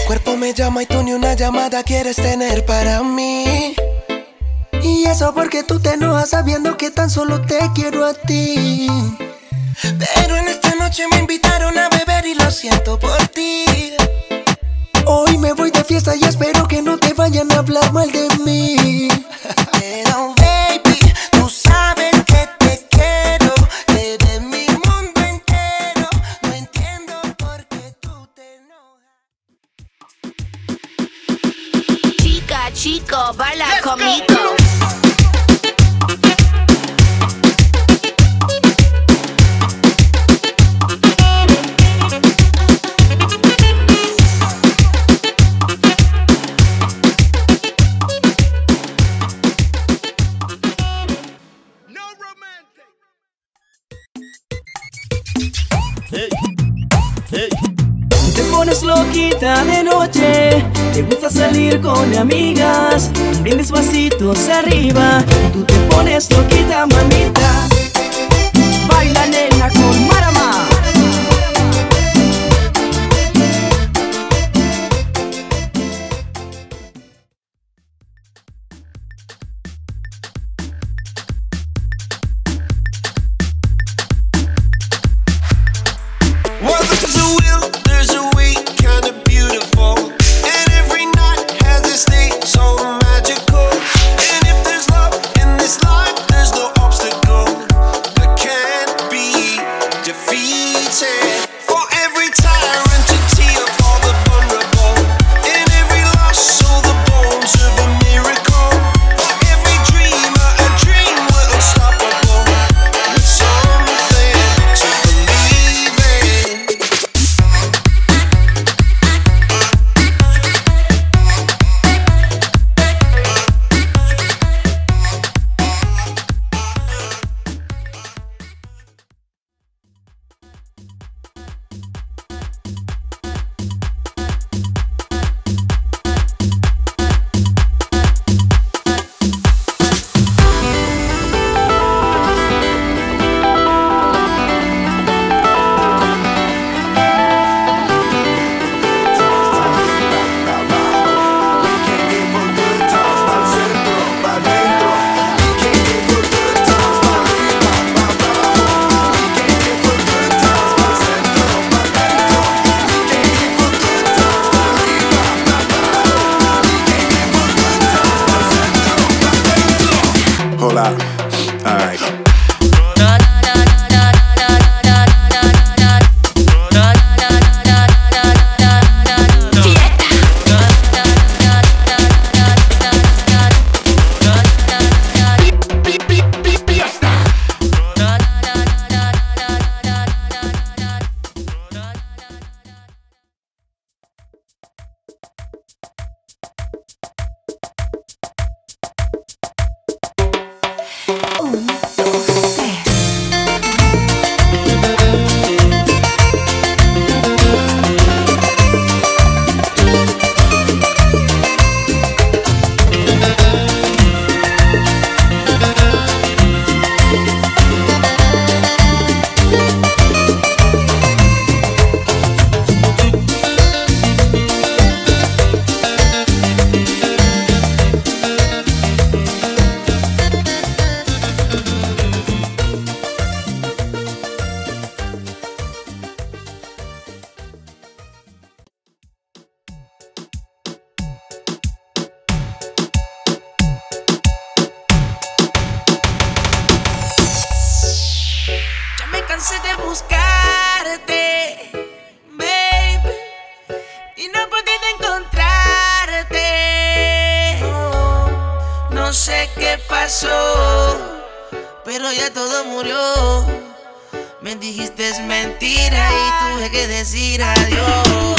cuerpo me llama y tú ni una llamada quieres tener para mí. Y eso porque tú te enojas sabiendo que tan solo te quiero a ti. Pero en esta noche me invitaron a beber y lo siento por ti. Hoy me voy de fiesta y espero que no te vayan a hablar mal de mí. Pero baby, tú sabes que te quiero. Eres mi mundo entero. No entiendo por qué tú te enojas. Chica, chico, baila conmigo. Te pones loquita de noche, te gusta salir con amigas, bien despacitos arriba, tú te pones loquita, mamita. Baila nena con Marama. Well, there's a will, there's a way, kinda beautiful. And every night has a state so magical. And if there's love in this life, there's no obstacle that can't be defeated. For every tyrant, a tear for the vulnerable. In every loss, so the bones of a miracle. For every dreamer, a dream we're unstoppable. With something to believe in. Hold up. All right. Cansé de buscarte, baby, y no he podido encontrarte. No sé qué pasó, pero ya todo murió. Me dijiste es mentira y tuve que decir adiós.